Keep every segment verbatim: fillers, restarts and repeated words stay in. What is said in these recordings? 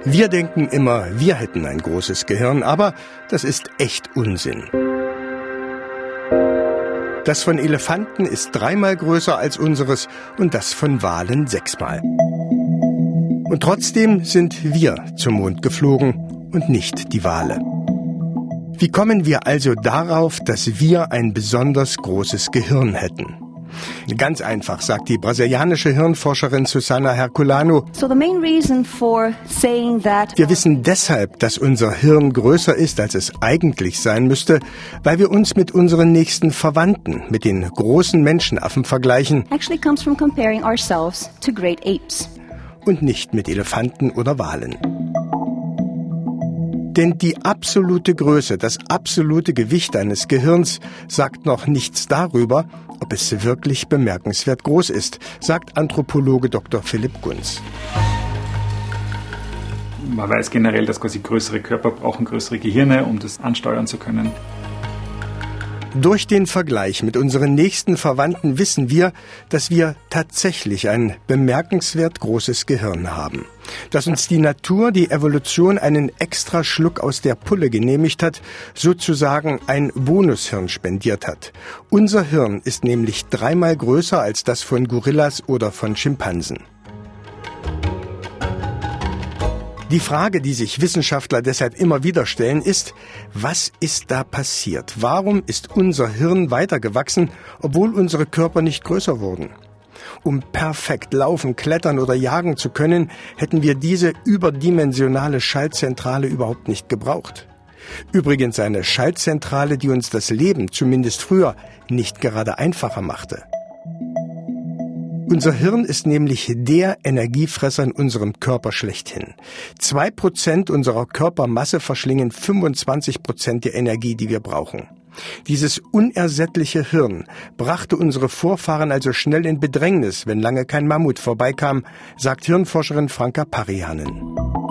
Wir denken immer, wir hätten ein großes Gehirn, aber das ist echt Unsinn. Das von Elefanten ist dreimal größer als unseres und das von Walen sechsmal. Und trotzdem sind wir zum Mond geflogen und nicht die Wale. Wie kommen wir also darauf, dass wir ein besonders großes Gehirn hätten? Ganz einfach, sagt die brasilianische Hirnforscherin Susana Herculano. So the main reason for saying that wir wissen deshalb, dass unser Hirn größer ist, als es eigentlich sein müsste, weil wir uns mit unseren nächsten Verwandten, mit den großen Menschenaffen vergleichen. Actually comes from comparing ourselves to great apes. Und nicht mit Elefanten oder Walen. Denn die absolute Größe, das absolute Gewicht eines Gehirns sagt noch nichts darüber, ob es wirklich bemerkenswert groß ist, sagt Anthropologe Doktor Philipp Gunz. Man weiß generell, dass quasi größere Körper brauchen größere Gehirne, um das ansteuern zu können. Durch den Vergleich mit unseren nächsten Verwandten wissen wir, dass wir tatsächlich ein bemerkenswert großes Gehirn haben. Dass uns die Natur, die Evolution einen extra Schluck aus der Pulle genehmigt hat, sozusagen ein Bonushirn spendiert hat. Unser Hirn ist nämlich dreimal größer als das von Gorillas oder von Schimpansen. Die Frage, die sich Wissenschaftler deshalb immer wieder stellen, ist, was ist da passiert? Warum ist unser Hirn weitergewachsen, obwohl unsere Körper nicht größer wurden? Um perfekt laufen, klettern oder jagen zu können, hätten wir diese überdimensionale Schaltzentrale überhaupt nicht gebraucht. Übrigens eine Schaltzentrale, die uns das Leben, zumindest früher, nicht gerade einfacher machte. Unser Hirn ist nämlich der Energiefresser in unserem Körper schlechthin. Zwei Prozent unserer Körpermasse verschlingen fünfundzwanzig Prozent der Energie, die wir brauchen. Dieses unersättliche Hirn brachte unsere Vorfahren also schnell in Bedrängnis, wenn lange kein Mammut vorbeikam, sagt Hirnforscherin Franka Parianen.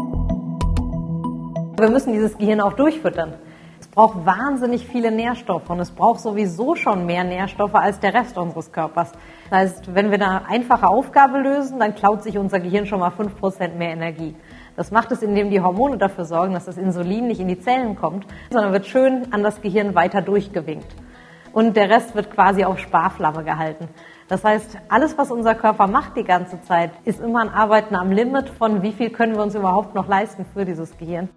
Wir müssen dieses Gehirn auch durchfüttern. Es braucht wahnsinnig viele Nährstoffe und es braucht sowieso schon mehr Nährstoffe als der Rest unseres Körpers. Das heißt, wenn wir eine einfache Aufgabe lösen, dann klaut sich unser Gehirn schon mal fünf Prozent mehr Energie. Das macht es, indem die Hormone dafür sorgen, dass das Insulin nicht in die Zellen kommt, sondern wird schön an das Gehirn weiter durchgewinkt. Und der Rest wird quasi auf Sparflamme gehalten. Das heißt, alles, was unser Körper macht die ganze Zeit, ist immer ein Arbeiten am Limit von, wie viel können wir uns überhaupt noch leisten für dieses Gehirn.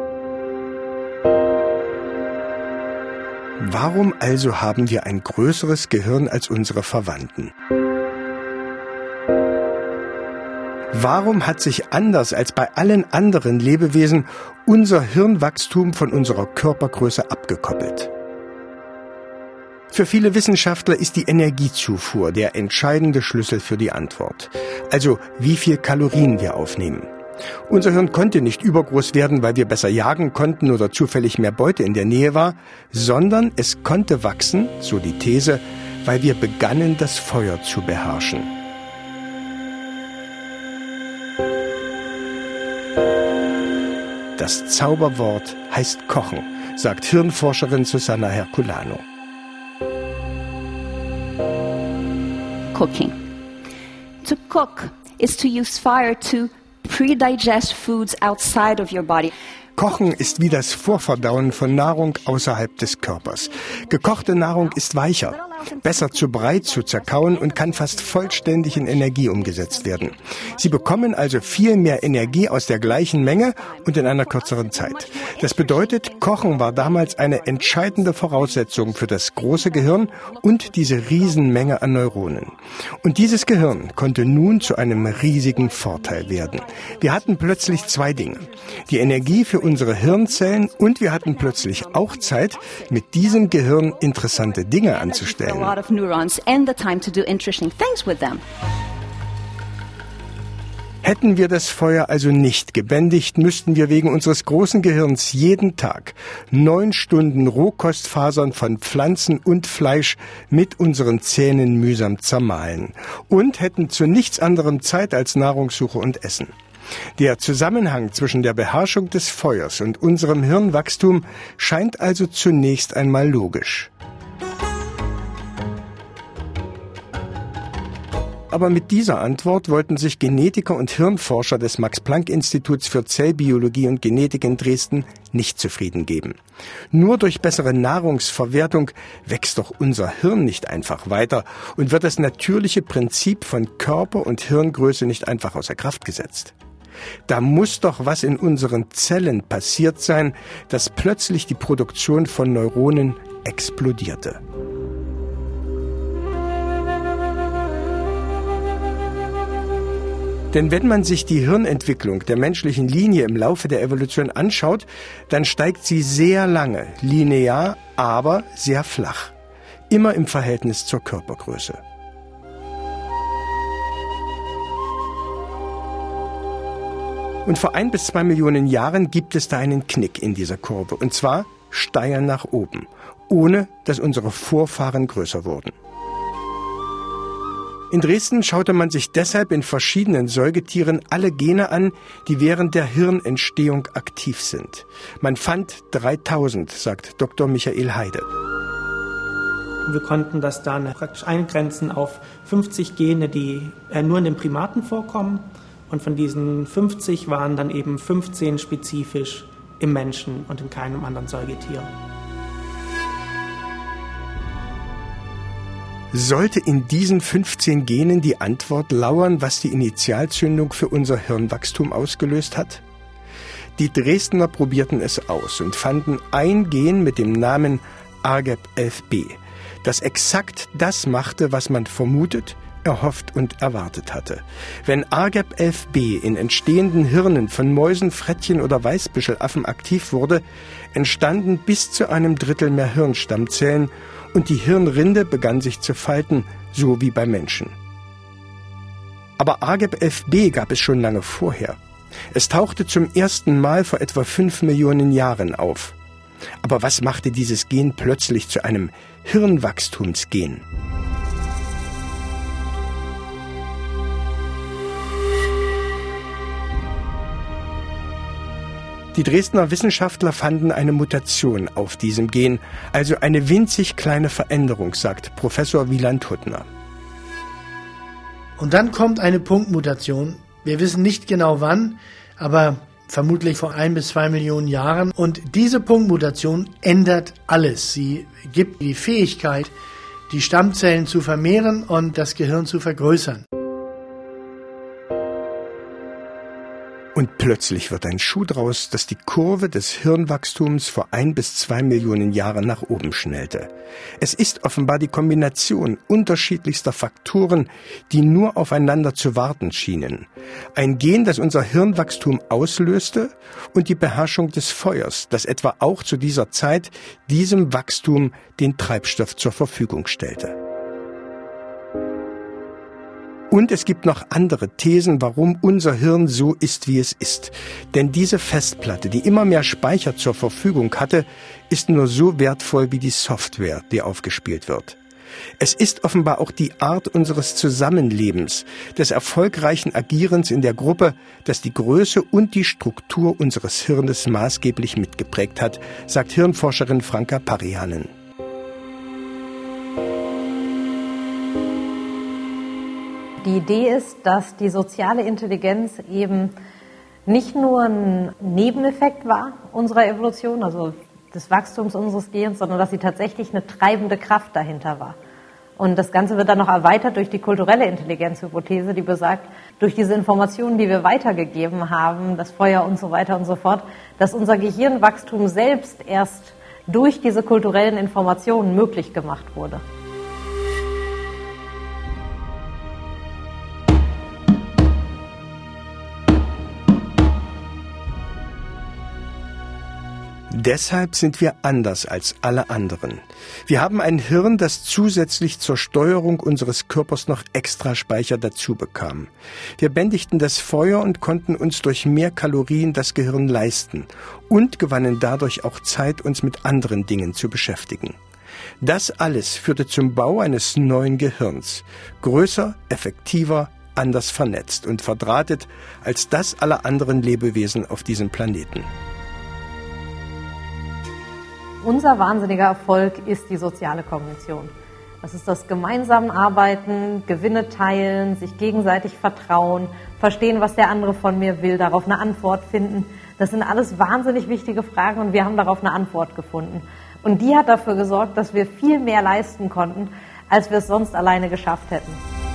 Warum also haben wir ein größeres Gehirn als unsere Verwandten? Warum hat sich anders als bei allen anderen Lebewesen unser Hirnwachstum von unserer Körpergröße abgekoppelt? Für viele Wissenschaftler ist die Energiezufuhr der entscheidende Schlüssel für die Antwort. Also wie viel Kalorien wir aufnehmen. Unser Hirn konnte nicht übergroß werden, weil wir besser jagen konnten oder zufällig mehr Beute in der Nähe war, sondern es konnte wachsen, so die These, weil wir begannen, das Feuer zu beherrschen. Das Zauberwort heißt Kochen, sagt Hirnforscherin Susana Herculano. Cooking. To cook is to use fire to pre-digest foods outside of your body. Kochen ist wie das Vorverdauen von Nahrung außerhalb des Körpers. Gekochte Nahrung ist weicher, besser zu Brei zu zerkauen und kann fast vollständig in Energie umgesetzt werden. Sie bekommen also viel mehr Energie aus der gleichen Menge und in einer kürzeren Zeit. Das bedeutet, Kochen war damals eine entscheidende Voraussetzung für das große Gehirn und diese Riesenmenge an Neuronen. Und dieses Gehirn konnte nun zu einem riesigen Vorteil werden. Wir hatten plötzlich zwei Dinge. Die Energie für unsere Hirnzellen und wir hatten plötzlich auch Zeit, mit diesem Gehirn interessante Dinge anzustellen. Hätten wir das Feuer also nicht gebändigt, müssten wir wegen unseres großen Gehirns jeden Tag neun Stunden Rohkostfasern von Pflanzen und Fleisch mit unseren Zähnen mühsam zermahlen und hätten zu nichts anderem Zeit als Nahrungssuche und Essen. Der Zusammenhang zwischen der Beherrschung des Feuers und unserem Hirnwachstum scheint also zunächst einmal logisch. Aber mit dieser Antwort wollten sich Genetiker und Hirnforscher des Max-Planck-Instituts für Zellbiologie und Genetik in Dresden nicht zufrieden geben. Nur durch bessere Nahrungsverwertung wächst doch unser Hirn nicht einfach weiter und wird das natürliche Prinzip von Körper- und Hirngröße nicht einfach außer Kraft gesetzt. Da muss doch was in unseren Zellen passiert sein, dass plötzlich die Produktion von Neuronen explodierte. Denn wenn man sich die Hirnentwicklung der menschlichen Linie im Laufe der Evolution anschaut, dann steigt sie sehr lange, linear, aber sehr flach. Immer im Verhältnis zur Körpergröße. Und vor ein bis zwei Millionen Jahren gibt es da einen Knick in dieser Kurve, und zwar steil nach oben, ohne dass unsere Vorfahren größer wurden. In Dresden schaute man sich deshalb in verschiedenen Säugetieren alle Gene an, die während der Hirnentstehung aktiv sind. Man fand dreitausend, sagt Doktor Michael Heide. Wir konnten das dann praktisch eingrenzen auf fünfzig Gene, die nur in den Primaten vorkommen. Und von diesen fünfzig waren dann eben fünfzehn spezifisch im Menschen und in keinem anderen Säugetier. Sollte in diesen fünfzehn Genen die Antwort lauern, was die Initialzündung für unser Hirnwachstum ausgelöst hat? Die Dresdner probierten es aus und fanden ein Gen mit dem Namen A G E P elf b, das exakt das machte, was man vermutet, erhofft und erwartet hatte. Wenn A G E P elf b in entstehenden Hirnen von Mäusen, Frettchen oder Weißbüschelaffen aktiv wurde, entstanden bis zu einem Drittel mehr Hirnstammzellen und die Hirnrinde begann sich zu falten, so wie beim Menschen. Aber A G E P elf b gab es schon lange vorher. Es tauchte zum ersten Mal vor etwa fünf Millionen Jahren auf. Aber was machte dieses Gen plötzlich zu einem Hirnwachstumsgen? Die Dresdner Wissenschaftler fanden eine Mutation auf diesem Gen, also eine winzig kleine Veränderung, sagt Professor Wieland Huttner. Und dann kommt eine Punktmutation. Wir wissen nicht genau wann, aber vermutlich vor ein bis zwei Millionen Jahren. Und diese Punktmutation ändert alles. Sie gibt die Fähigkeit, die Stammzellen zu vermehren und das Gehirn zu vergrößern. Und plötzlich wird ein Schuh draus, dass die Kurve des Hirnwachstums vor ein bis zwei Millionen Jahren nach oben schnellte. Es ist offenbar die Kombination unterschiedlichster Faktoren, die nur aufeinander zu warten schienen. Ein Gen, das unser Hirnwachstum auslöste, und die Beherrschung des Feuers, das etwa auch zu dieser Zeit diesem Wachstum den Treibstoff zur Verfügung stellte. Und es gibt noch andere Thesen, warum unser Hirn so ist, wie es ist. Denn diese Festplatte, die immer mehr Speicher zur Verfügung hatte, ist nur so wertvoll wie die Software, die aufgespielt wird. Es ist offenbar auch die Art unseres Zusammenlebens, des erfolgreichen Agierens in der Gruppe, das die Größe und die Struktur unseres Hirnes maßgeblich mitgeprägt hat, sagt Hirnforscherin Franka Parianen. Die Idee ist, dass die soziale Intelligenz eben nicht nur ein Nebeneffekt war unserer Evolution, also des Wachstums unseres Gehirns, sondern dass sie tatsächlich eine treibende Kraft dahinter war. Und das Ganze wird dann noch erweitert durch die kulturelle Intelligenzhypothese, die besagt, durch diese Informationen, die wir weitergegeben haben, das Feuer und so weiter und so fort, dass unser Gehirnwachstum selbst erst durch diese kulturellen Informationen möglich gemacht wurde. Deshalb sind wir anders als alle anderen. Wir haben ein Hirn, das zusätzlich zur Steuerung unseres Körpers noch Extraspeicher dazu bekam. Wir bändigten das Feuer und konnten uns durch mehr Kalorien das Gehirn leisten und gewannen dadurch auch Zeit, uns mit anderen Dingen zu beschäftigen. Das alles führte zum Bau eines neuen Gehirns. Größer, effektiver, anders vernetzt und verdrahtet als das aller anderen Lebewesen auf diesem Planeten. Unser wahnsinniger Erfolg ist die soziale Kognition. Das ist das gemeinsam Arbeiten, Gewinne teilen, sich gegenseitig vertrauen, verstehen, was der andere von mir will, darauf eine Antwort finden. Das sind alles wahnsinnig wichtige Fragen und wir haben darauf eine Antwort gefunden. Und die hat dafür gesorgt, dass wir viel mehr leisten konnten, als wir es sonst alleine geschafft hätten.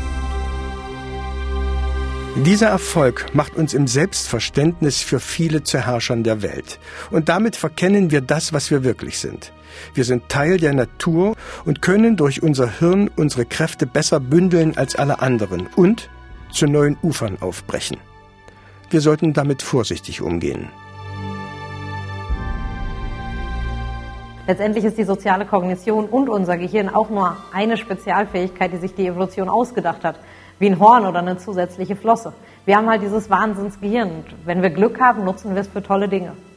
Dieser Erfolg macht uns im Selbstverständnis für viele zu Herrschern der Welt. Und damit verkennen wir das, was wir wirklich sind. Wir sind Teil der Natur und können durch unser Hirn unsere Kräfte besser bündeln als alle anderen und zu neuen Ufern aufbrechen. Wir sollten damit vorsichtig umgehen. Letztendlich ist die soziale Kognition und unser Gehirn auch nur eine Spezialfähigkeit, die sich die Evolution ausgedacht hat. Wie ein Horn oder eine zusätzliche Flosse. Wir haben halt dieses Wahnsinnsgehirn und wenn wir Glück haben, nutzen wir es für tolle Dinge.